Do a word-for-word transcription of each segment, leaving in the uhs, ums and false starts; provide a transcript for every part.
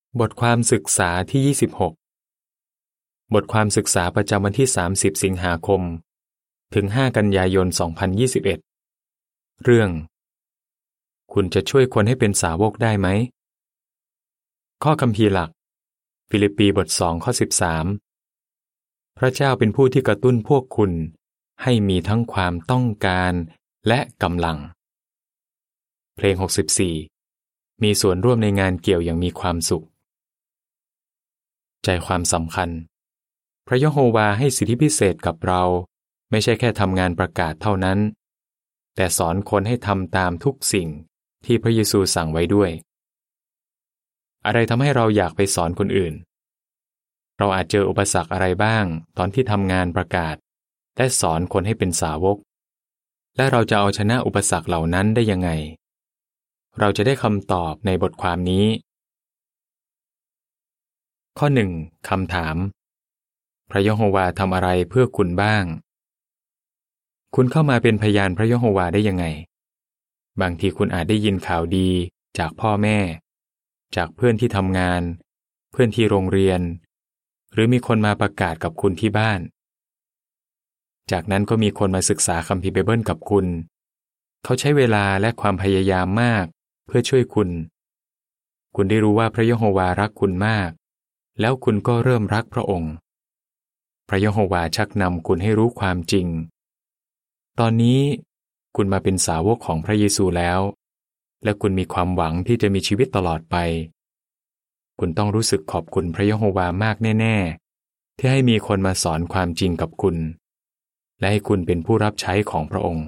บทความศึกษาที่ยี่สิบหกบทความศึกษาประจำวันที่สามสิบสิงหาคมถึงห้ากันยายนสองพันยี่สิบเอ็ดเรื่องคุณจะช่วยคนให้เป็นสาวกได้ไหมข้อคัมภีร์หลักฟิลิปปีบทสองข้อสิบสามพระเจ้าเป็นผู้ที่กระตุ้นพวกคุณให้มีทั้งความต้องการและกำลังเพลงหกสิบสี่มีส่วนร่วมในงานเกี่ยวอย่างมีความสุขใจความสำคัญพระยะโฮวาให้สิทธิพิเศษกับเราไม่ใช่แค่ทำงานประกาศเท่านั้นแต่สอนคนให้ทำตามทุกสิ่งที่พระเยซูสั่งไว้ด้วยอะไรทำให้เราอยากไปสอนคนอื่นเราอาจเจออุปสรรคอะไรบ้างตอนที่ทำงานประกาศและสอนคนให้เป็นสาวกและเราจะเอาชนะอุปสรรคเหล่านั้นได้ยังไงเราจะได้คำตอบในบทความนี้ข้อหนึ่งคำถามพระยะโฮวาทำอะไรเพื่อคุณบ้างคุณเข้ามาเป็นพยานพระยะโฮวาได้ยังไงบางทีคุณอาจได้ยินข่าวดีจากพ่อแม่จากเพื่อนที่ทำงานเพื่อนที่โรงเรียนหรือมีคนมาประกาศกับคุณที่บ้านจากนั้นก็มีคนมาศึกษาคัมภีร์ไบเบิลกับคุณเขาใช้เวลาและความพยายามมากเพื่อช่วยคุณคุณได้รู้ว่าพระยะโฮวารักคุณมากแล้วคุณก็เริ่มรักพระองค์พระยะโฮวาชักนำคุณให้รู้ความจริงตอนนี้คุณมาเป็นสาวกของพระเยซูแล้วและคุณมีความหวังที่จะมีชีวิตตลอดไปคุณต้องรู้สึกขอบคุณพระยะโฮวามากแน่ๆที่ให้มีคนมาสอนความจริงกับคุณและให้คุณเป็นผู้รับใช้ของพระองค์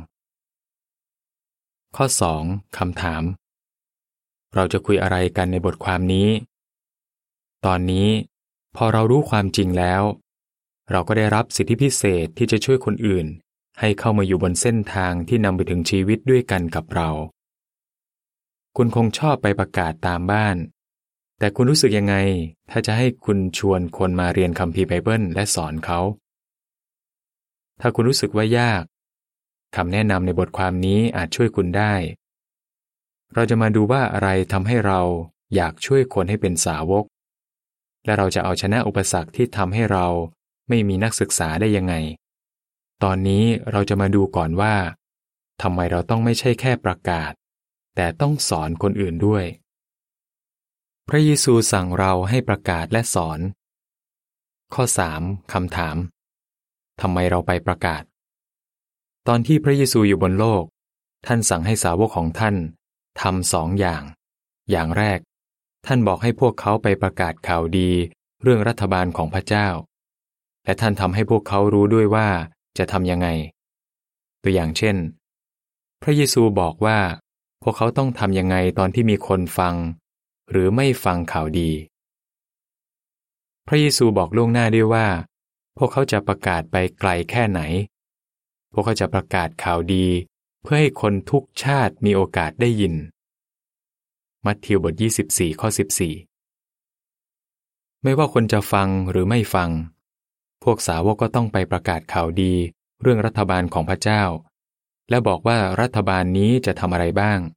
ข้อสองคำถามเราจะคุยอะไรกันในบทความนี้ตอนนี้พอเรารู้ความจริงแล้วเราก็ได้รับสิทธิพิเศษที่จะช่วยคนอื่นให้เข้ามาอยู่บนเส้นทางที่นำไปถึงชีวิตด้วยกันกับเราคุณคงชอบไปประกาศตามบ้านแต่คุณรู้สึกยังไงถ้าจะให้คุณชวนคนมาเรียนคัมภีร์ไบเบิลและสอนเขาถ้าคุณรู้สึกว่ายากคำแนะนำในบทความนี้อาจช่วยคุณได้เราจะมาดูว่าอะไรทำให้เราอยากช่วยคนให้เป็นสาวกและเราจะเอาชนะอุปสรรคที่ทำให้เราไม่มีนักศึกษาได้ยังไงตอนนี้เราจะมาดูก่อนว่าทำไมเราต้องไม่ใช่แค่ประกาศแต่ต้องสอนคนอื่นด้วยพระเยซูสั่งเราให้ประกาศและสอนข้อสามคำถามทำไมเราไปประกาศตอนที่พระเยซูอยู่บนโลกท่านสั่งให้สาวกของท่านทำสองอย่างอย่างแรกท่านบอกให้พวกเขาไปประกาศข่าวดีเรื่องรัฐบาลของพระเจ้าและท่านทำให้พวกเขารู้ด้วยว่าจะทำยังไงตัวอย่างเช่นพระเยซูบอกว่าพวกเขาต้องทำยังไงตอนที่มีคนฟังหรือไม่ฟังข่าวดีพระเยซูบอกล่วงหน้าด้วยว่าพวกเขาจะประกาศไปไกลแค่ไหนพวกเขาจะประกาศข่าวดีเพื่อให้คนทุกชาติมีโอกาสได้ยินมัทธิวบทยี่สิบสี่ข้อสิบสี่ไม่ว่าคนจะฟังหรือไม่ฟังพวกสาวกก็ต้องไปประกาศข่าวดีเรื่องรัฐบาลของพระเจ้าและบอกว่ารัฐบาลนี้จะทำอะไรบ้าง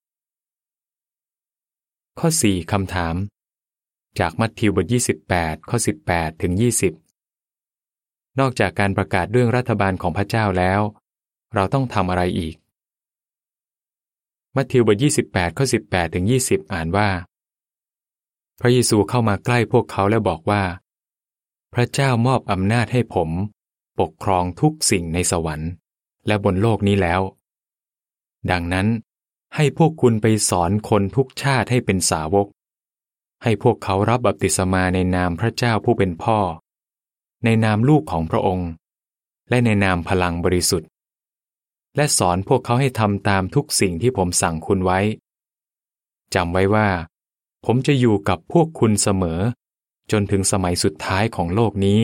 ข้อสี่คำถามจากมัทธิวบทยี่สิบแปดข้อสิบแปดถึงยี่สิบนอกจากการประกาศเรื่องรัฐบาลของพระเจ้าแล้วเราต้องทำอะไรอีกมัทธิวบทยี่สิบแปดข้อสิบแปดถึงยี่สิบอ่านว่าพระเยซูเข้ามาใกล้พวกเขาและบอกว่าพระเจ้ามอบอำนาจให้ผมปกครองทุกสิ่งในสวรรค์และบนโลกนี้แล้วดังนั้นให้พวกคุณไปสอนคนทุกชาติให้เป็นสาวกให้พวกเขารับบัพติศมาในนามพระเจ้าผู้เป็นพ่อในนามลูกของพระองค์และในนามพลังบริสุทธิ์และสอนพวกเขาให้ทำตามทุกสิ่งที่ผมสั่งคุณไว้จำไว้ว่าผมจะอยู่กับพวกคุณเสมอจนถึงสมัยสุดท้ายของโลกนี้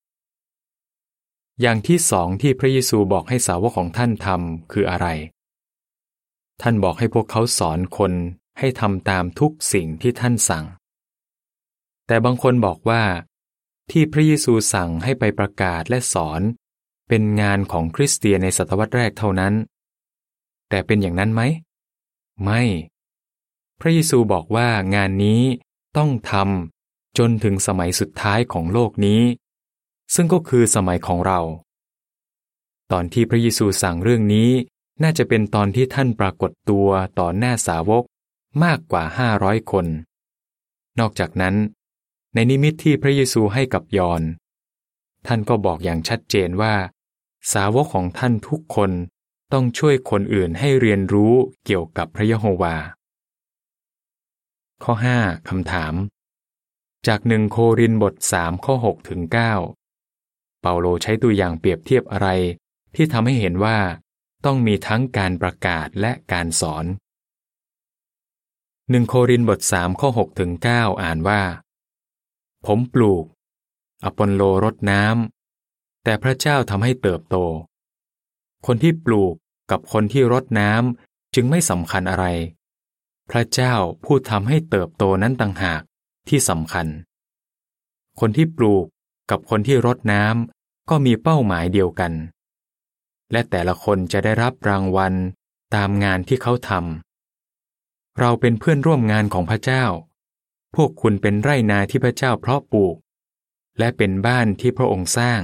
อย่างที่สองที่พระเยซูบอกให้สาวกของท่านทำคืออะไรท่านบอกให้พวกเขาสอนคนให้ทำตามทุกสิ่งที่ท่านสั่งแต่บางคนบอกว่าที่พระเยซูสั่งให้ไปประกาศและสอนเป็นงานของคริสเตียนในศตวรรษแรกเท่านั้นแต่เป็นอย่างนั้นไหมไม่พระเยซูบอกว่างานนี้ต้องทจนถึงสมัยสุดท้ายของโลกนี้ซึ่งก็คือสมัยของเราตอนที่พระเยซูสั่งเรื่องนี้น่าจะเป็นตอนที่ท่านปรากฏตัวต่อหน้าสาวกมากกว่าห้าร้อยคนนอกจากนั้นในนิมิตที่พระเยซูให้กับยอห์นท่านก็บอกอย่างชัดเจนว่าสาวกของท่านทุกคนต้องช่วยคนอื่นให้เรียนรู้เกี่ยวกับพระยะโฮวาข้อห้าคำถามจากหนึ่งโครินธ์บทสามข้อหกถึงเก้าเปาโลใช้ตัวอย่างเปรียบเทียบอะไรที่ทำให้เห็นว่าต้องมีทั้งการประกาศและการสอนหนึ่งโครินธ์บทสามข้อหกถึงเก้าอ่านว่าผมปลูกอปอลโลรดน้ำแต่พระเจ้าทำให้เติบโตคนที่ปลูกกับคนที่รดน้ำจึงไม่สำคัญอะไรพระเจ้าผู้ทำให้เติบโตนั้นต่างหากที่สำคัญคนที่ปลูกกับคนที่รดน้ำก็มีเป้าหมายเดียวกันและแต่ละคนจะได้รับรางวัลตามงานที่เขาทำเราเป็นเพื่อนร่วมงานของพระเจ้าพวกคุณเป็นไร่นาที่พระเจ้าเพาะปลูกและเป็นบ้านที่พระองค์สร้าง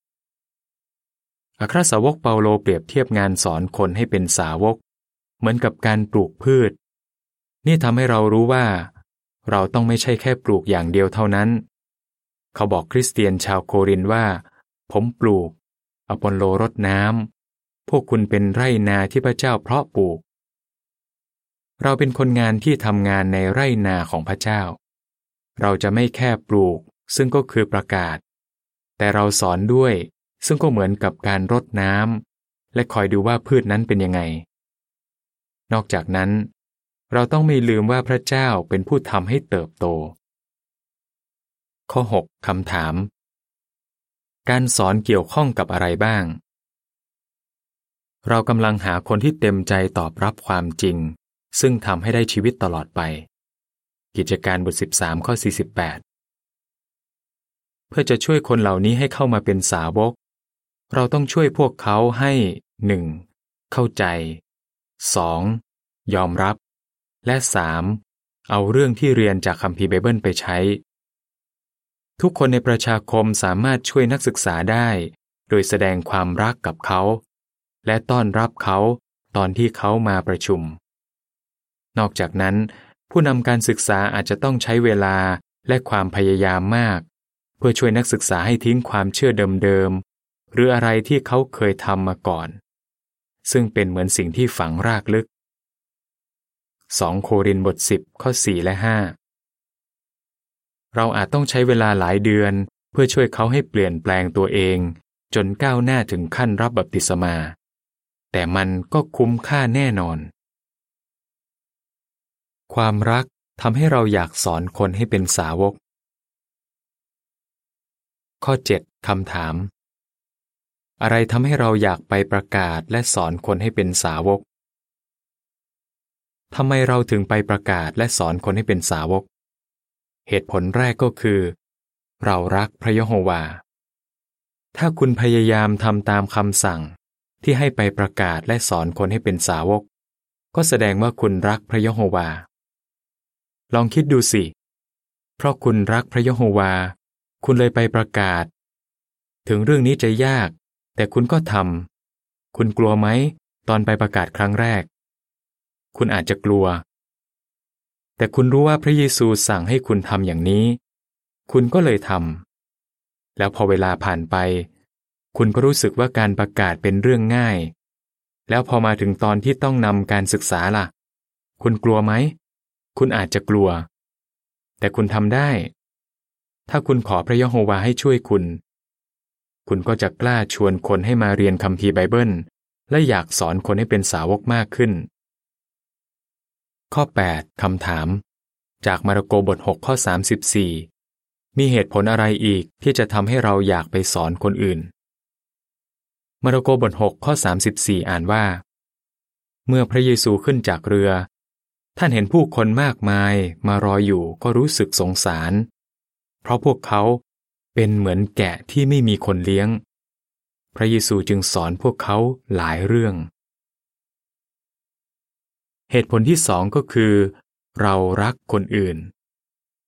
อัครสาวกเปาโลเปรียบเทียบงานสอนคนให้เป็นสาวกเหมือนกับการปลูกพืชนี่ทำให้เรารู้ว่าเราต้องไม่ใช่แค่ปลูกอย่างเดียวเท่านั้นเขาบอกคริสเตียนชาวโครินธ์ว่าผมปลูกอปอลโลรดน้ำพวกคุณเป็นไร่นาที่พระเจ้าเพาะปลูกเราเป็นคนงานที่ทำงานในไร่นาของพระเจ้าเราจะไม่แค่ปลูกซึ่งก็คือประกาศแต่เราสอนด้วยซึ่งก็เหมือนกับการรดน้ำและคอยดูว่าพืชนั้นเป็นยังไงนอกจากนั้นเราต้องไม่ลืมว่าพระเจ้าเป็นผู้ทำให้เติบโตข้อหกคำถามการสอนเกี่ยวข้องกับอะไรบ้างเรากำลังหาคนที่เต็มใจตอบรับความจริงซึ่งทำให้ได้ชีวิตตลอดไปกิจการบทสิบสามข้อสี่สิบแปดเพื่อจะช่วยคนเหล่านี้ให้เข้ามาเป็นสาวกเราต้องช่วยพวกเขาให้ หนึ่ง เข้าใจ สอง ยอมรับและ สาม เอาเรื่องที่เรียนจากคัมภีร์ไบเบิลไปใช้ทุกคนในประชาคมสามารถช่วยนักศึกษาได้โดยแสดงความรักกับเขาและต้อนรับเขาตอนที่เขามาประชุมนอกจากนั้นผู้นำการศึกษาอาจจะต้องใช้เวลาและความพยายามมากเพื่อช่วยนักศึกษาให้ทิ้งความเชื่อเดิมๆหรืออะไรที่เขาเคยทำมาก่อนซึ่งเป็นเหมือนสิ่งที่ฝังรากลึกสองโครินธ์บทสิบข้อสี่และห้าเราอาจต้องใช้เวลาหลายเดือนเพื่อช่วยเขาให้เปลี่ยนแปลงตัวเองจนก้าวหน้าถึงขั้นรับบัพติศมาแต่มันก็คุ้มค่าแน่นอนความรักทำให้เราอยากสอนคนให้เป็นสาวกข้อเจ็ดคำถามอะไรทำให้เราอยากไปประกาศและสอนคนให้เป็นสาวกทำไมเราถึงไปประกาศและสอนคนให้เป็นสาวกเหตุผลแรกก็คือเรารักพระยะโฮวาถ้าคุณพยายามทำตามคำสั่งที่ให้ไปประกาศและสอนคนให้เป็นสาวกก็แสดงว่าคุณรักพระยะโฮวาลองคิดดูสิเพราะคุณรักพระยะโฮวาคุณเลยไปประกาศถึงเรื่องนี้จะยากแต่คุณก็ทำคุณกลัวไหมตอนไปประกาศครั้งแรกคุณอาจจะกลัวแต่คุณรู้ว่าพระเยซูสั่งให้คุณทำอย่างนี้คุณก็เลยทำแล้วพอเวลาผ่านไปคุณก็รู้สึกว่าการประกาศเป็นเรื่องง่ายแล้วพอมาถึงตอนที่ต้องนำการศึกษาล่ะคุณกลัวไหมคุณอาจจะกลัวแต่คุณทำได้ถ้าคุณขอพระยะโฮวาให้ช่วยคุณคุณก็จะกล้าชวนคนให้มาเรียนคัมภีร์ไบเบิลและอยากสอนคนให้เป็นสาวกมากขึ้นข้อแปดคำถามจากมาระโกบทหกข้อสามสิบสี่มีเหตุผลอะไรอีกที่จะทำให้เราอยากไปสอนคนอื่นมาระโกบทหกข้อสามสิบสี่อ่านว่าเมื่อพระเยซูขึ้นจากเรือท่านเห็นผู้คนมากมายมารออยู่ก็รู้สึกสงสารเพราะพวกเขาเป็นเหมือนแกะที่ไม่มีคนเลี้ยงพระเยซูจึงสอนพวกเขาหลายเรื่องเหตุผลที่สองก็คือเรารักคนอื่น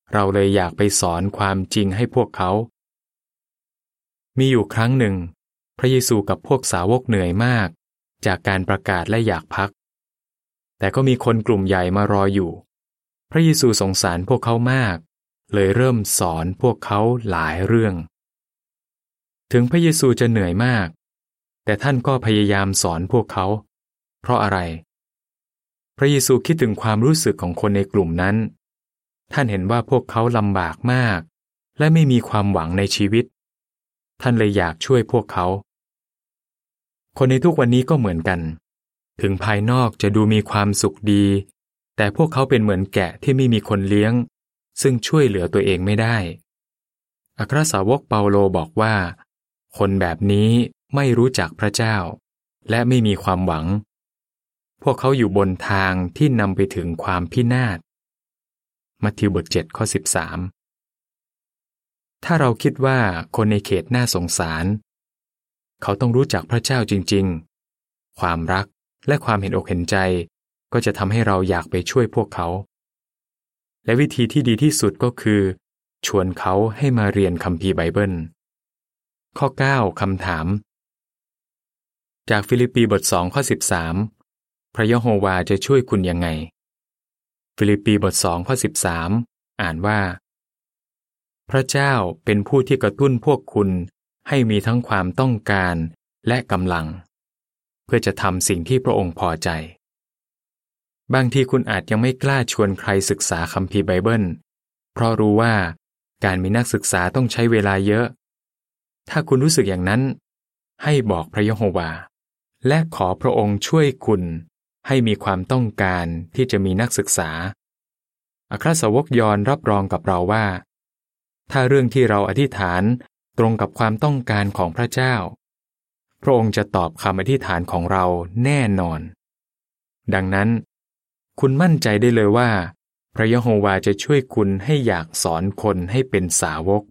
เราเลยอยากไปสอนความจริงให้พวกเขามีอยู่ครั้งหนึ่งพระเยซูกับพวกสาวกเหนื่อยมากจากการประกาศและอยากพักแต่ก็มีคนกลุ่มใหญ่มารออยู่พระเยซูสงสารพวกเขามากเลยเริ่มสอนพวกเขาหลายเรื่องถึงพระเยซูจะเหนื่อยมากแต่ท่านก็พยายามสอนพวกเขาเพราะอะไรพระเยซูคิดถึงความรู้สึกของคนในกลุ่มนั้นท่านเห็นว่าพวกเขาลำบากมากและไม่มีความหวังในชีวิตท่านเลยอยากช่วยพวกเขาคนในทุกวันนี้ก็เหมือนกันถึงภายนอกจะดูมีความสุขดีแต่พวกเขาเป็นเหมือนแกะที่ไม่มีคนเลี้ยงซึ่งช่วยเหลือตัวเองไม่ได้อัครสาวกเปาโลบอกว่าคนแบบนี้ไม่รู้จักพระเจ้าและไม่มีความหวังพวกเขาอยู่บนทางที่นำไปถึงความพินาศมัทธิวบทเจ็ดข้อสิบสามถ้าเราคิดว่าคนในเขตน่าสงสารเขาต้องรู้จักพระเจ้าจริงๆความรักและความเห็นอกเห็นใจก็จะทำให้เราอยากไปช่วยพวกเขาและวิธีที่ดีที่สุดก็คือชวนเขาให้มาเรียนคัมภีร์ไบเบิลข้อเก้าคำถามจากฟิลิปปีบทสองข้อสิบสามพระยะโฮวาจะช่วยคุณยังไงฟิลิปปีบทสองข้อสิบสามอ่านว่าพระเจ้าเป็นผู้ที่กระตุ้นพวกคุณให้มีทั้งความต้องการและกำลังเพื่อจะทำสิ่งที่พระองค์พอใจบางทีคุณอาจยังไม่กล้าชวนใครศึกษาคัมภีร์ไบเบิลเพราะรู้ว่าการมีนักศึกษาต้องใช้เวลาเยอะถ้าคุณรู้สึกอย่างนั้นให้บอกพระยะโฮวาและขอพระองค์ช่วยคุณให้มีความต้องการที่จะมีนักศึกษาอัครสาวกยอห์นรับรองกับเราว่าถ้าเรื่องที่เราอธิษฐานตรงกับความต้องการของพระเจ้าพระองค์จะตอบคำอธิษฐานของเราแน่นอนดังนั้นคุณมั่นใจได้เลยว่าพระยะโฮวาจะช่วยคุณให้อยากสอนคนให้เป็นสาวก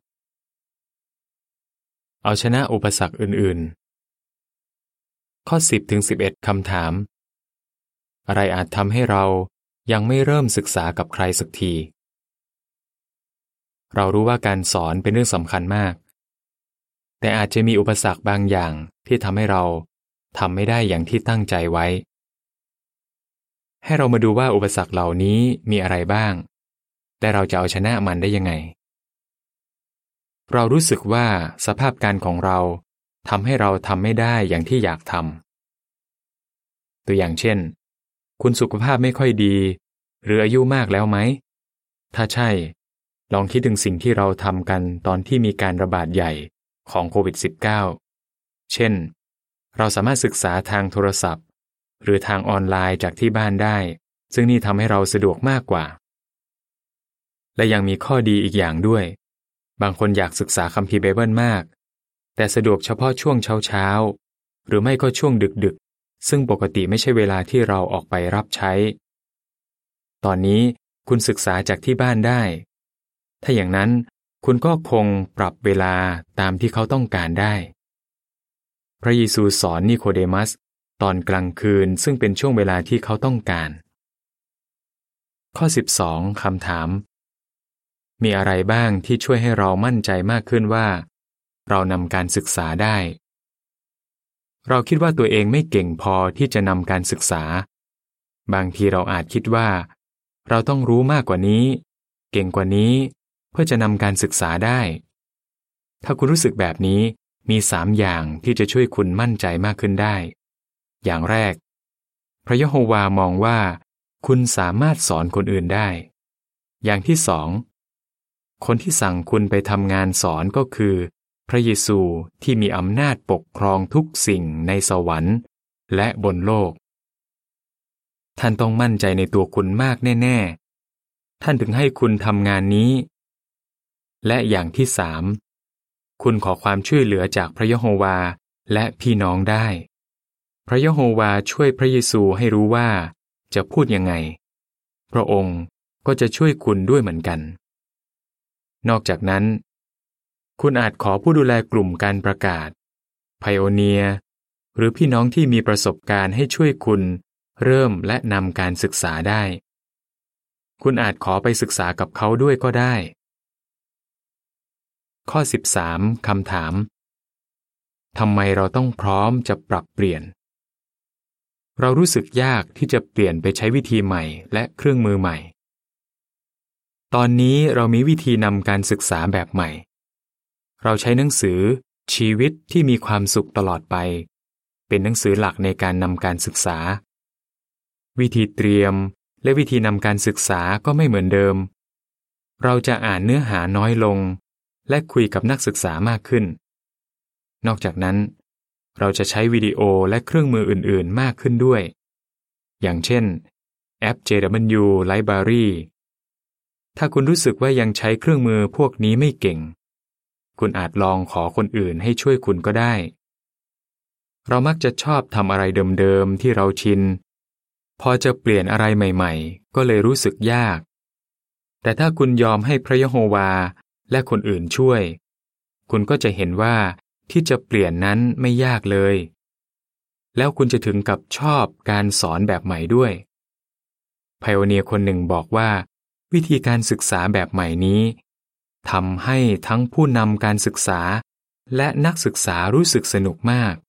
เอาชนะอุปสรรคอื่นๆข้อสิบถึงสิบเอ็ดคำถามอะไรอาจทำให้เรายังไม่เริ่มศึกษากับใครสักทีเรารู้ว่าการสอนเป็นเรื่องสำคัญมากแต่อาจจะมีอุปสรรคบางอย่างที่ทำให้เราทำไม่ได้อย่างที่ตั้งใจไว้ให้เรามาดูว่าอุปสรรคเหล่านี้มีอะไรบ้างและเราจะเอาชนะมันได้ยังไงเรารู้สึกว่าสภาพการของเราทำให้เราทำไม่ได้อย่างที่อยากทำตัวอย่างเช่นคุณสุขภาพไม่ค่อยดีหรืออายุมากแล้วไหมถ้าใช่ลองคิดถึงสิ่งที่เราทำกันตอนที่มีการระบาดใหญ่ของโควิด สิบเก้า เช่นเราสามารถศึกษาทางโทรศัพท์หรือทางออนไลน์จากที่บ้านได้ซึ่งนี่ทำให้เราสะดวกมากกว่าและยังมีข้อดีอีกอย่างด้วยบางคนอยากศึกษาคัมภีร์ไบเบิลมากแต่สะดวกเฉพาะช่วงเช้าๆหรือไม่ก็ช่วงดึกๆซึ่งปกติไม่ใช่เวลาที่เราออกไปรับใช้ตอนนี้คุณศึกษาจากที่บ้านได้ถ้าอย่างนั้นคุณก็คงปรับเวลาตามที่เขาต้องการได้พระเยซูสอนนิโคเดมัสตอนกลางคืนซึ่งเป็นช่วงเวลาที่เขาต้องการข้อสิบสองคำถามมีอะไรบ้างที่ช่วยให้เรามั่นใจมากขึ้นว่าเรานำการศึกษาได้เราคิดว่าตัวเองไม่เก่งพอที่จะนำการศึกษาบางทีเราอาจคิดว่าเราต้องรู้มากกว่านี้เก่งกว่านี้เพื่อจะนำการศึกษาได้ถ้าคุณรู้สึกแบบนี้มีสามอย่างที่จะช่วยคุณมั่นใจมากขึ้นได้อย่างแรกพระยะโฮวามองว่าคุณสามารถสอนคนอื่นได้อย่างที่สองคนที่สั่งคุณไปทำงานสอนก็คือพระเยซูที่มีอำนาจปกครองทุกสิ่งในสวรรค์และบนโลกท่านต้องมั่นใจในตัวคุณมากแน่ๆท่านถึงให้คุณทำงานนี้และอย่างที่สามคุณขอความช่วยเหลือจากพระยะโฮวาและพี่น้องได้พระยะโฮวาช่วยพระเยซูให้รู้ว่าจะพูดยังไงพระองค์ก็จะช่วยคุณด้วยเหมือนกันนอกจากนั้นคุณอาจขอผู้ดูแลกลุ่มการประกาศไพโอเนียร์หรือพี่น้องที่มีประสบการณ์ให้ช่วยคุณเริ่มและนำการศึกษาได้คุณอาจขอไปศึกษากับเขาด้วยก็ได้ข้อสิบสามคำถามทำไมเราต้องพร้อมจะปรับเปลี่ยนเรารู้สึกยากที่จะเปลี่ยนไปใช้วิธีใหม่และเครื่องมือใหม่ตอนนี้เรามีวิธีนำการศึกษาแบบใหม่เราใช้หนังสือชีวิตที่มีความสุขตลอดไปเป็นหนังสือหลักในการนำการศึกษาวิธีเตรียมและวิธีนำการศึกษาก็ไม่เหมือนเดิมเราจะอ่านเนื้อหาน้อยลงและคุยกับนักศึกษามากขึ้นนอกจากนั้นเราจะใช้วิดีโอและเครื่องมืออื่นๆมากขึ้นด้วยอย่างเช่นแอป เจ ดับเบิลยู Library ถ้าคุณรู้สึกว่ายังใช้เครื่องมือพวกนี้ไม่เก่งคุณอาจลองขอคนอื่นให้ช่วยคุณก็ได้เรามักจะชอบทำอะไรเดิมๆที่เราชินพอจะเปลี่ยนอะไรใหม่ๆก็เลยรู้สึกยากแต่ถ้าคุณยอมให้พระยะโฮวาและคนอื่นช่วยคุณก็จะเห็นว่าที่จะเปลี่ยนนั้นไม่ยากเลยแล้วคุณจะถึงกับชอบการสอนแบบใหม่ด้วยไพโอเนียร์คนหนึ่งบอกว่าวิธีการศึกษาแบบใหม่นี้ทำให้ทั้งผู้นำการศึกษาและนักศึกษารู้สึกสนุกมาก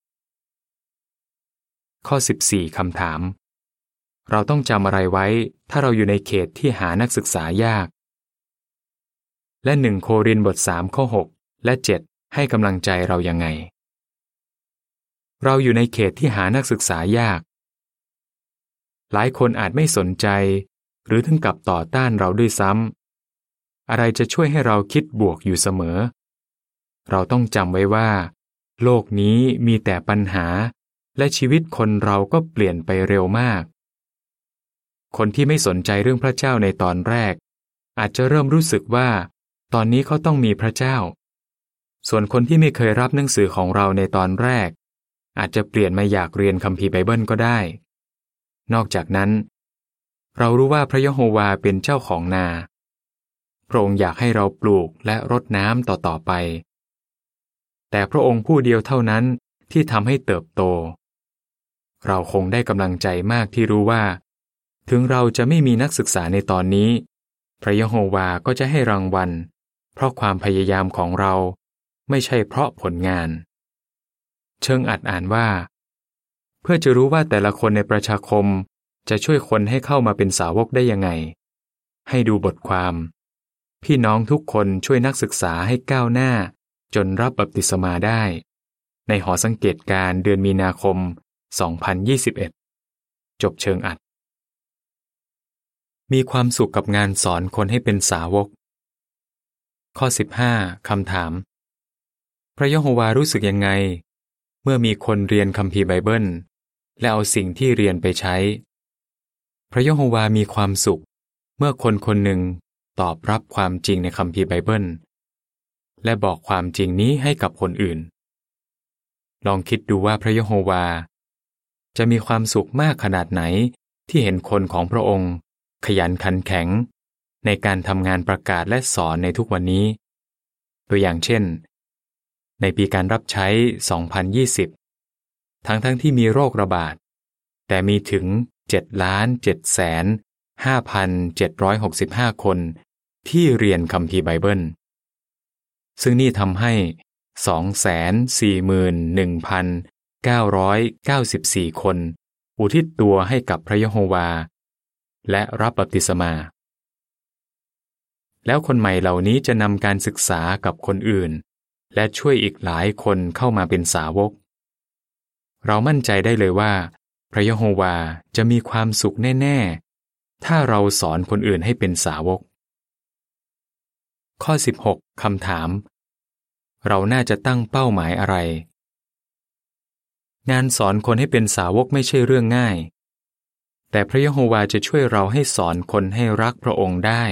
ข้อสิบสี่คำถามเราต้องจำอะไรไว้ถ้าเราอยู่ในเขตที่หานักศึกษายากและหนึ่งโครินธ์บทสามข้อหกและเจ็ดให้กำลังใจเรายังไงเราอยู่ในเขตที่หานักศึกษายากหลายคนอาจไม่สนใจหรือถึงกับต่อต้านเราด้วยซ้ำอะไรจะช่วยให้เราคิดบวกอยู่เสมอเราต้องจำไว้ว่าโลกนี้มีแต่ปัญหาและชีวิตคนเราก็เปลี่ยนไปเร็วมากคนที่ไม่สนใจเรื่องพระเจ้าในตอนแรกอาจจะเริ่มรู้สึกว่าตอนนี้เขาต้องมีพระเจ้าส่วนคนที่ไม่เคยรับหนังสือของเราในตอนแรกอาจจะเปลี่ยนมาอยากเรียนคัมภีร์ไบเบิลก็ได้นอกจากนั้นเรารู้ว่าพระยะโฮวาเป็นเจ้าของนาพระองค์อยากให้เราปลูกและรดน้ำต่อๆไปแต่พระองค์ผู้เดียวเท่านั้นที่ทำให้เติบโตเราคงได้กำลังใจมากที่รู้ว่าถึงเราจะไม่มีนักศึกษาในตอนนี้พระยะโฮวาก็จะให้รางวัลเพราะความพยายามของเราไม่ใช่เพราะผลงานเชิงอัดอ่านว่าเพื่อจะรู้ว่าแต่ละคนในประชาคมจะช่วยคนให้เข้ามาเป็นสาวกได้ยังไงให้ดูบทความพี่น้องทุกคนช่วยนักศึกษาให้ก้าวหน้าจนรับบัพติศมาได้ในหอสังเกตการณ์เดือนมีนาคมสองพันยี่สิบเอ็ดจบเชิงอัดมีความสุขกับงานสอนคนให้เป็นสาวกข้อสิบห้าคำถามพระยะโฮวารู้สึกยังไงเมื่อมีคนเรียนคัมภีร์ไบเบิลและเอาสิ่งที่เรียนไปใช้พระยะโฮวามีความสุขเมื่อคนคนหนึ่งตอบรับความจริงในคัมภีร์ไบเบิลและบอกความจริงนี้ให้กับคนอื่นลองคิดดูว่าพระยะโฮวาจะมีความสุขมากขนาดไหนที่เห็นคนของพระองค์ขยันขันแข็งในการทำงานประกาศและสอนในทุกวันนี้ตัวอย่างเช่นในปีการรับใช้สองพันยี่สิบทั้งทั้งที่มีโรคระบาดแต่มีถึง เจ็ดล้าน เจ็ดแสน ห้าพัน เจ็ดร้อยหกสิบห้า คนที่เรียนคัมภีร์ไบเบิลซึ่งนี่ทำให้ สองแสนสี่หมื่นหนึ่งพันเก้าร้อยเก้าสิบสี่ คนอุทิศตัวให้กับพระยะโฮวาและรับบัพติศมาแล้วคนใหม่เหล่านี้จะนำการศึกษากับคนอื่นและช่วยอีกหลายคนเข้ามาเป็นสาวกเรามั่นใจได้เลยว่าพระยะโฮวาจะมีความสุขแน่ๆถ้าเราสอนคนอื่นให้เป็นสาวกข้อสิบหกคำถามเราน่าจะตั้งเป้าหมายอะไรงานสอนคนให้เป็นสาวกไม่ใช่เรื่องง่ายแต่พระยะโฮวาจะช่วยเราให้สอนคนให้รักพระองค์ได้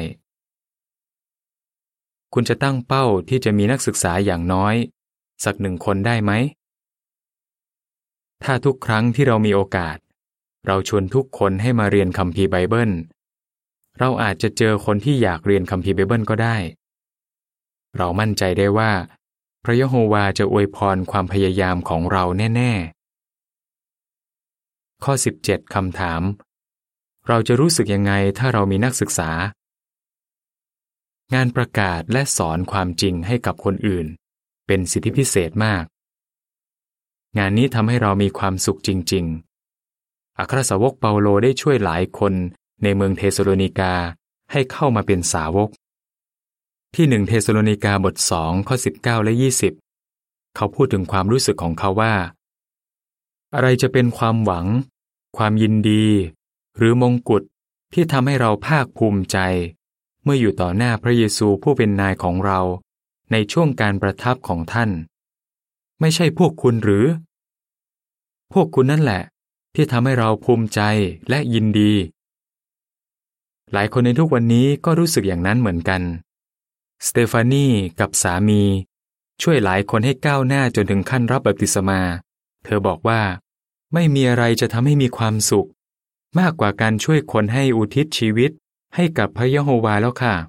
คุณจะตั้งเป้าที่จะมีนักศึกษาอย่างน้อยสักหนึ่งคนได้ไหมถ้าทุกครั้งที่เรามีโอกาสเราชวนทุกคนให้มาเรียนคัมภีร์ไบเบิลเราอาจจะเจอคนที่อยากเรียนคัมภีร์ไบเบิลก็ได้เรามั่นใจได้ว่าพระยะโฮวาจะอวยพรความพยายามของเราแน่ๆข้อสิบเจ็ดคำถามเราจะรู้สึกยังไงถ้าเรามีนักศึกษางานประกาศและสอนความจริงให้กับคนอื่นเป็นสิทธิพิเศษมากงานนี้ทำให้เรามีความสุขจริงๆอัครสาวกเปาโลได้ช่วยหลายคนในเมืองเธสโลนีกาให้เข้ามาเป็นสาวกที่หนึ่งเธสโลนีกาบทสองข้อสิบเก้าและยี่สิบเขาพูดถึงความรู้สึกของเขาว่าอะไรจะเป็นความหวังความยินดีหรือมงกุฎที่ทำให้เราภาคภูมิใจเมื่ออยู่ต่อหน้าพระเยซูผู้เป็นนายของเราในช่วงการประทับของท่านไม่ใช่พวกคุณหรือพวกคุณนั่นแหละที่ทำให้เราภูมิใจและยินดีหลายคนในทุกวันนี้ก็รู้สึกอย่างนั้นเหมือนกันสเตฟานีกับสามีช่วยหลายคนให้ก้าวหน้าจนถึงขั้นรับบัพติศมาเธอบอกว่าไม่มีอะไรจะทำให้มีความสุขมากกว่าการช่วยคนให้อุทิศชีวิตให้กับพระยะโฮวาแล้วค่ะ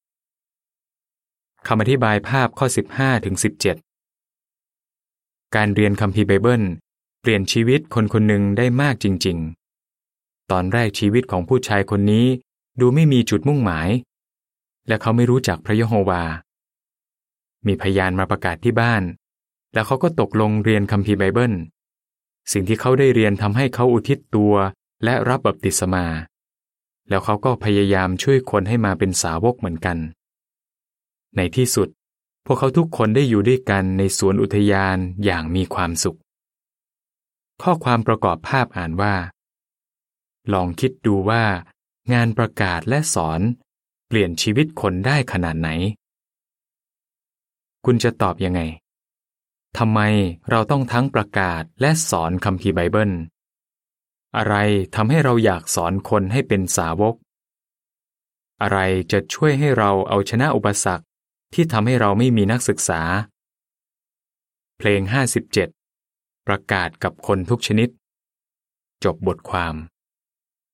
คำอธิบายภาพข้อสิบห้าถึงสิบเจ็ดการเรียนคัมภีร์ไบเบิลเปลี่ยนชีวิตคนคนหนึ่งได้มากจริงๆตอนแรกชีวิตของผู้ชายคนนี้ดูไม่มีจุดมุ่งหมายและเขาไม่รู้จักพระยะโฮวามีพยานมาประกาศที่บ้านแล้วเขาก็ตกลงเรียนคัมภีร์ไบเบิลสิ่งที่เขาได้เรียนทำให้เขาอุทิศตัวและรับบัพติศมาแล้วเขาก็พยายามช่วยคนให้มาเป็นสาวกเหมือนกันในที่สุดพวกเขาทุกคนได้อยู่ด้วยกันในสวนอุทยานอย่างมีความสุขข้อความประกอบภาพอ่านว่าลองคิดดูว่างานประกาศและสอนเปลี่ยนชีวิตคนได้ขนาดไหนคุณจะตอบยังไงทำไมเราต้องทั้งประกาศและสอนคัมภีร์ไบเบิลอะไรทำให้เราอยากสอนคนให้เป็นสาวกอะไรจะช่วยให้เราเอาชนะอุปสรรคที่ทำให้เราไม่มีนักศึกษาเพลงห้าสิบเจ็ดประกาศกับคนทุกชนิดจบบทความ